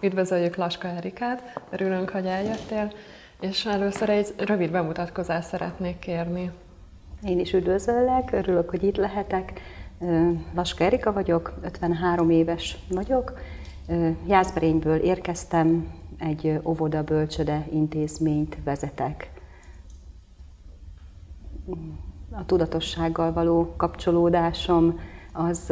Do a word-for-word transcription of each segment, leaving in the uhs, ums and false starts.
Üdvözöljük Laska Erikát, örülünk, hogy eljöttél, és először egy rövid bemutatkozást szeretnék kérni. Én is üdvözöllek, örülök, hogy itt lehetek. Laska Erika vagyok, ötvenhárom éves vagyok. Jászberényből érkeztem, egy óvoda-bölcsöde intézményt vezetek. A tudatossággal való kapcsolódásom az,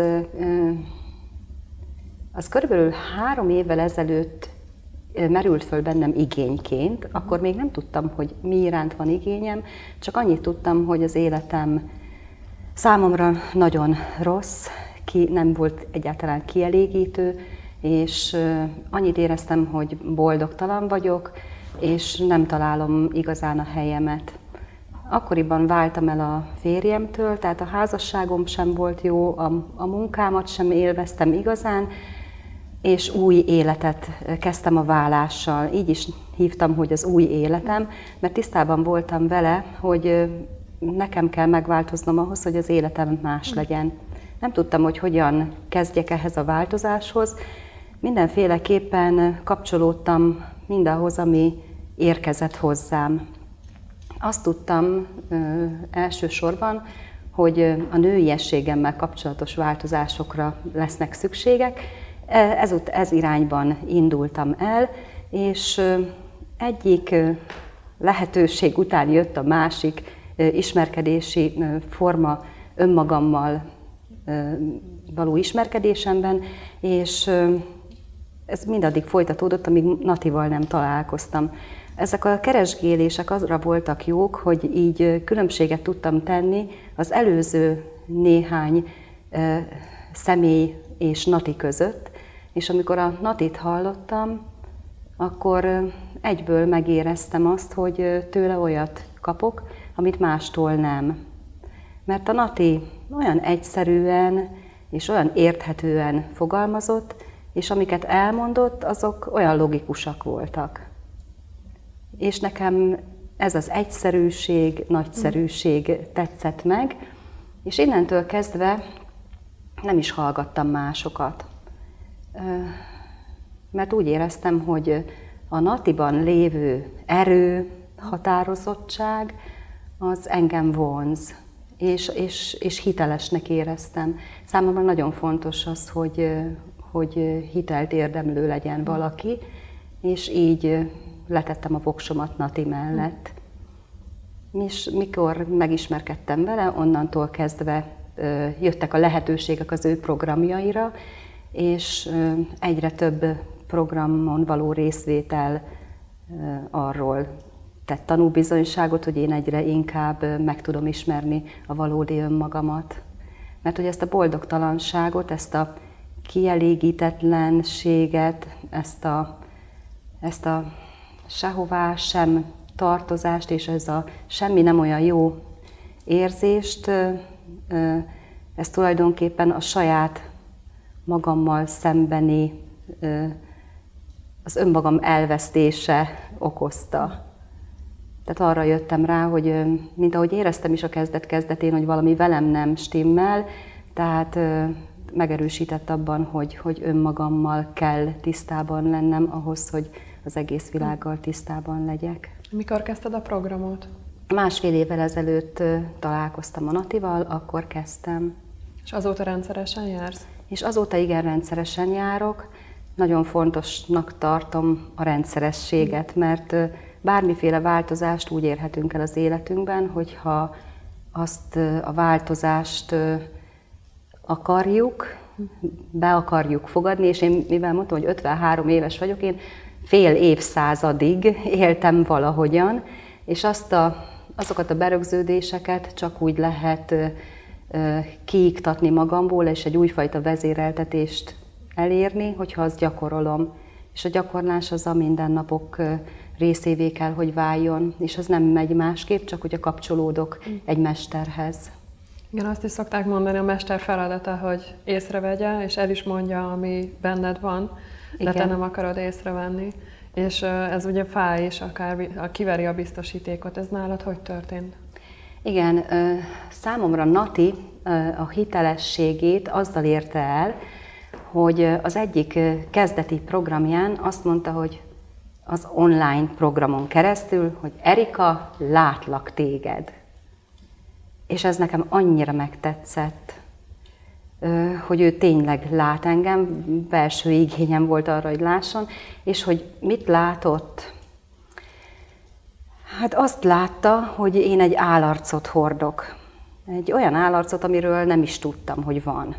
az körülbelül három évvel ezelőtt merült föl bennem igényként, akkor még nem tudtam, hogy mi iránt van igényem, csak annyit tudtam, hogy az életem számomra nagyon rossz, ki, nem volt egyáltalán kielégítő, és annyit éreztem, hogy boldogtalan vagyok, és nem találom igazán a helyemet. Akkoriban váltam el a férjemtől, tehát a házasságom sem volt jó, a, a munkámat sem élveztem igazán, és új életet kezdtem a válással. Így is hívtam, hogy az új életem, mert tisztában voltam vele, hogy nekem kell megváltoznom ahhoz, hogy az életem más legyen. Nem tudtam, hogy hogyan kezdjek ehhez a változáshoz. Mindenféleképpen kapcsolódtam mindahhoz, ami érkezett hozzám. Azt tudtam ö, elsősorban, hogy a nőiességemmel kapcsolatos változásokra lesznek szükségek. Ez, ez irányban indultam el, és egyik lehetőség után jött a másik ismerkedési forma önmagammal való ismerkedésemben, és ez mindaddig folytatódott, amíg Natival nem találkoztam. Ezek a keresgélések azra voltak jók, hogy így különbséget tudtam tenni az előző néhány személy és Nati között, és amikor a Natit hallottam, akkor egyből megéreztem azt, hogy tőle olyat kapok, amit mástól nem. Mert a Nati olyan egyszerűen és olyan érthetően fogalmazott, és amiket elmondott, azok olyan logikusak voltak. És nekem ez az egyszerűség, nagyszerűség tetszett meg, és innentől kezdve nem is hallgattam másokat. Mert úgy éreztem, hogy a Natiban lévő erő, határozottság, az engem vonz, és, és, és hitelesnek éreztem. Számomra nagyon fontos az, hogy, hogy hitelt érdemlő legyen valaki, és így letettem a voksomat Nati mellett. És mikor megismerkedtem vele, onnantól kezdve jöttek a lehetőségek az ő programjaira, és egyre több programon való részvétel arról tett tanúbizonyságot, hogy én egyre inkább meg tudom ismerni a valódi önmagamat. Mert hogy ezt a boldogtalanságot, ezt a kielégítetlenséget, ezt a, ezt a sehová sem tartozást, és ez a semmi nem olyan jó érzést, ez tulajdonképpen a saját magammal szembeni, az önmagam elvesztése okozta. Tehát arra jöttem rá, hogy mint ahogy éreztem is a kezdet-kezdetén, hogy valami velem nem stimmel, tehát megerősített abban, hogy, hogy önmagammal kell tisztában lennem ahhoz, hogy az egész világgal tisztában legyek. Mikor kezdted a programot? Másfél évvel ezelőtt találkoztam a Natival, akkor kezdtem. És azóta rendszeresen jársz? És azóta igen rendszeresen járok. Nagyon fontosnak tartom a rendszerességet, mert bármiféle változást úgy érhetünk el az életünkben, hogyha azt a változást akarjuk, be akarjuk fogadni, és én mivel mondtam, hogy ötvenhárom éves vagyok, én fél évszázadig éltem valahogyan, és azt a, azokat a berögződéseket csak úgy lehet kiiktatni magamból, és egy újfajta vezéreltetést elérni, hogyha azt gyakorolom. És a gyakorlás az a mindennapok részévé kell, hogy váljon, és az nem megy másképp, csak hogy a kapcsolódok egy mesterhez. Igen, azt is szokták mondani, a mester feladata, hogy észrevegye, és el is mondja, ami benned van, de te nem akarod észrevenni. És ez ugye fáj is, akár kiveri a biztosítékot. Ez nálad hogy történt? Igen, számomra Nati a hitelességét azzal érte el, hogy az egyik kezdeti programján azt mondta, hogy az online programon keresztül, hogy Erika, látlak téged. És ez nekem annyira megtetszett, hogy ő tényleg lát engem, belső igényem volt arra, hogy lásson, és hogy mit látott? Hát azt látta, hogy én egy állarcot hordok. Egy olyan állarcot, amiről nem is tudtam, hogy van.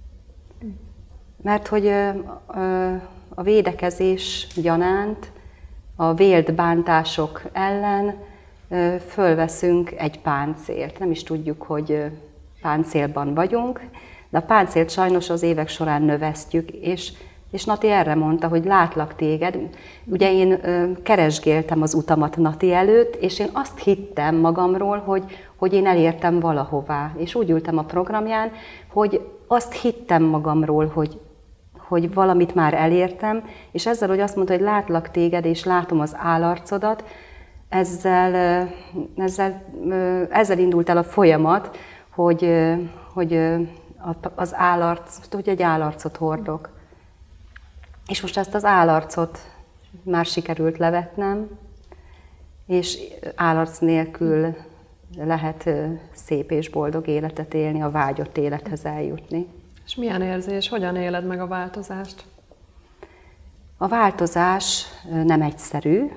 Mert hogy a védekezés gyanánt, a vélt bántások ellen fölveszünk egy páncélt. Nem is tudjuk, hogy páncélban vagyunk, de a páncélt sajnos az évek során növesztjük, és, és Nati erre mondta, hogy látlak téged. Ugye én keresgéltem az utamat Nati előtt, és én azt hittem magamról, hogy, hogy én elértem valahová. És úgy ültem a programján, hogy azt hittem magamról, hogy, hogy valamit már elértem, és ezzel, hogy azt mondta, hogy látlak téged, és látom az állarcodat, ezzel, ezzel, ezzel indult el a folyamat, hogy, hogy az állarc, hogy egy állarcot hordok. És most ezt az állarcot már sikerült levetnem, és állarc nélkül lehet szép és boldog életet élni, a vágyott élethez eljutni. És milyen érzés, hogyan éled meg a változást? A változás nem egyszerű.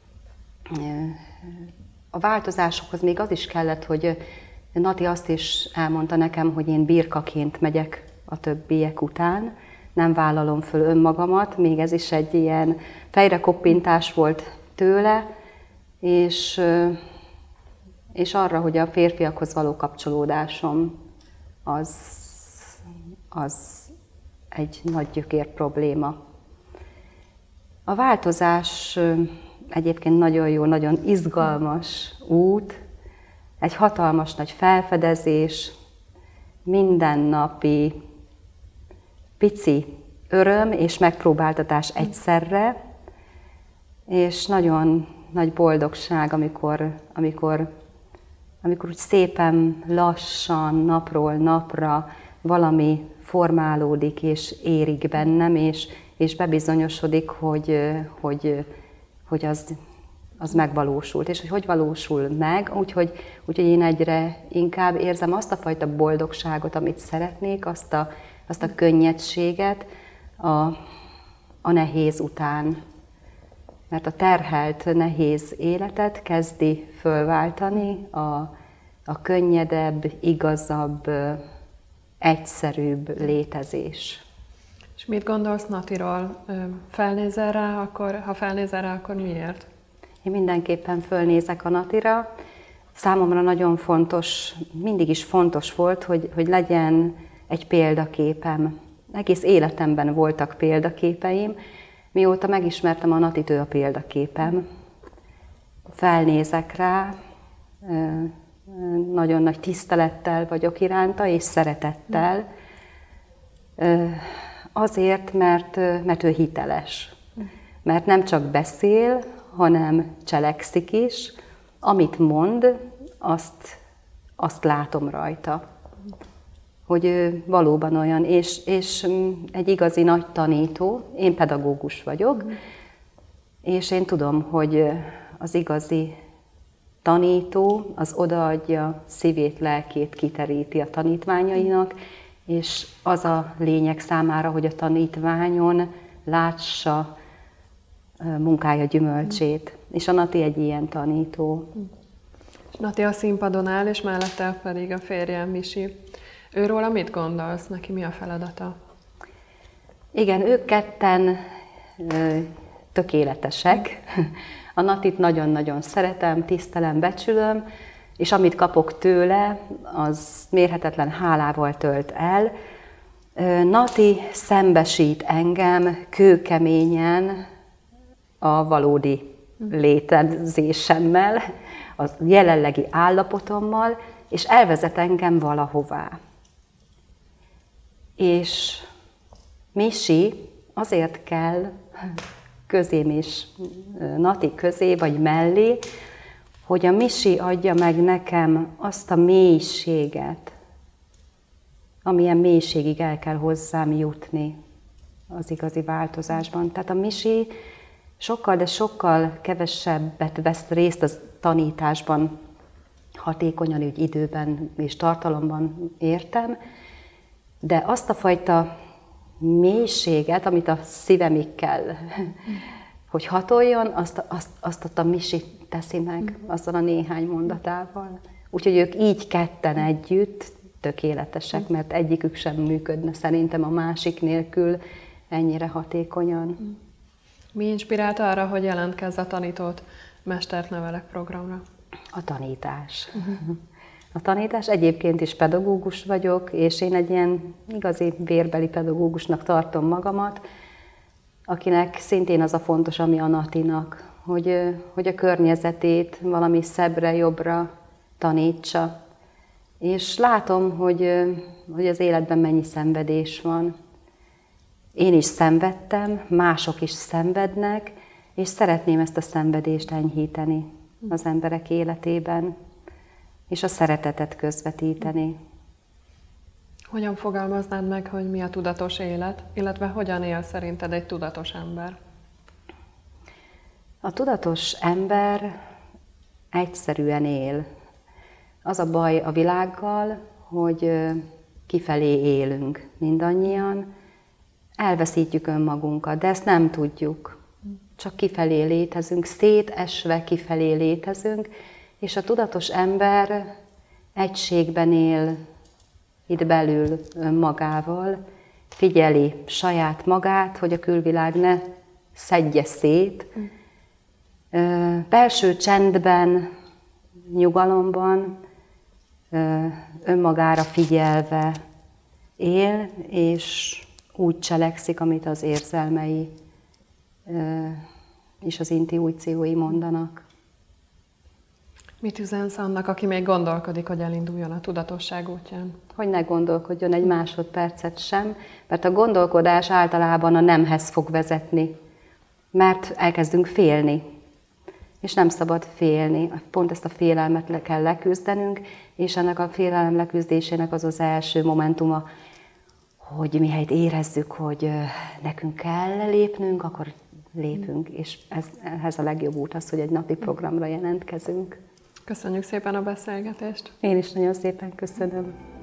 A változásokhoz még az is kellett, hogy Nati azt is elmondta nekem, hogy én birkaként megyek a többiek után, nem vállalom föl önmagamat, még ez is egy ilyen fejrekoppintás volt tőle, és, és arra, hogy a férfiakhoz való kapcsolódásom az, az egy nagy gyökér probléma. A változás egyébként nagyon jó, nagyon izgalmas út, egy hatalmas nagy felfedezés, mindennapi pici öröm és megpróbáltatás egyszerre, és nagyon nagy boldogság, amikor, amikor, amikor úgy szépen, lassan, napról napra valami formálódik és érik bennem, és, és bebizonyosodik, hogy, hogy, hogy az, az megvalósult. És hogy hogy valósul meg, úgyhogy, úgyhogy én egyre inkább érzem azt a fajta boldogságot, amit szeretnék, azt a, azt a könnyedséget a, a nehéz után. Mert a terhelt, nehéz életet kezdi fölváltani a, a könnyedebb, igazabb, egyszerűbb létezés. És mit gondolsz Natiról? Felnézel rá, akkor, ha felnézel rá, akkor miért? Én mindenképpen fölnézek a Natira. Számomra nagyon fontos, mindig is fontos volt, hogy, hogy legyen egy példaképem. Egész életemben voltak példaképeim. Mióta megismertem a Natit, ő a példaképem. Felnézek rá, nagyon nagy tisztelettel vagyok iránta, és szeretettel. Azért, mert, mert ő hiteles. Mert nem csak beszél, hanem cselekszik is. Amit mond, azt, azt látom rajta. Hogy ő valóban olyan, és, és egy igazi nagy tanító, én pedagógus vagyok, mm. és én tudom, hogy az igazi tanító az odaadja szívét, lelkét, kiteríti a tanítványainak, és az a lényeg számára, hogy a tanítványon lássa munkája gyümölcsét. Mm. És a Nati egy ilyen tanító. És Nati a színpadon áll, és mellette pedig a férje, Misi. Őróla mit gondolsz? Neki mi a feladata? Igen, ők ketten ö, tökéletesek. A Natit nagyon-nagyon szeretem, tisztelem, becsülöm, és amit kapok tőle, az mérhetetlen hálával tölt el. Ö, Nati szembesít engem kőkeményen a valódi létezésemmel, a jelenlegi állapotommal, és elvezet engem valahová. És Misi azért kell közém és Nati közé, vagy mellé, hogy a Misi adja meg nekem azt a mélységet, amilyen mélységig el kell hozzám jutni. az igazi változásban. Tehát a misi sokkal, de sokkal kevesebbet vesz részt a tanításban, hatékonyan, úgy időben és tartalomban értem, de azt a fajta mélységet, amit a szívemig kell, hogy hatoljon, azt, azt, azt ott a misi teszi meg azzal a néhány mondatával. Úgyhogy ők így ketten együtt tökéletesek, mert egyikük sem működne szerintem a másik nélkül ennyire hatékonyan. Mi inspirálta arra, hogy jelentkezz a Tanítót Mestert nevelek programra? A tanítás. Uh-huh. A tanítás, egyébként is pedagógus vagyok, és én egy ilyen igazi vérbeli pedagógusnak tartom magamat, akinek szintén az a fontos, ami a Natinak, hogy, hogy a környezetét valami szebbre, jobbra tanítsa. És látom, hogy, hogy az életben mennyi szenvedés van. Én is szenvedtem, mások is szenvednek, és szeretném ezt a szenvedést enyhíteni az emberek életében, és a szeretetet közvetíteni. Hogyan fogalmaznád meg, hogy mi a tudatos élet, illetve hogyan él szerinted egy tudatos ember? A tudatos ember egyszerűen él. Az a baj a világgal, hogy kifelé élünk mindannyian, elveszítjük önmagunkat, de ezt nem tudjuk. Csak kifelé létezünk, szétesve kifelé létezünk, és a tudatos ember egységben él itt belül önmagával, figyeli saját magát, hogy a külvilág ne szedje szét. Belső csendben, nyugalomban, önmagára figyelve él, és úgy cselekszik, amit az érzelmei és az intuíciói mondanak. Mit üzensz annak, aki még gondolkodik, hogy elinduljon a tudatosság útján? Hogy ne gondolkodjon egy másodpercet sem, mert a gondolkodás általában a nemhez fog vezetni, mert elkezdünk félni, és nem szabad félni. Pont ezt a félelmet le kell leküzdenünk, és ennek a félelem leküzdésének az az első momentuma, hogy mihelyt érezzük, hogy nekünk kell lépnünk, akkor lépünk, és ez, ehhez a legjobb út az, hogy egy napi programra jelentkezünk. Köszönjük szépen a beszélgetést! Én is nagyon szépen köszönöm.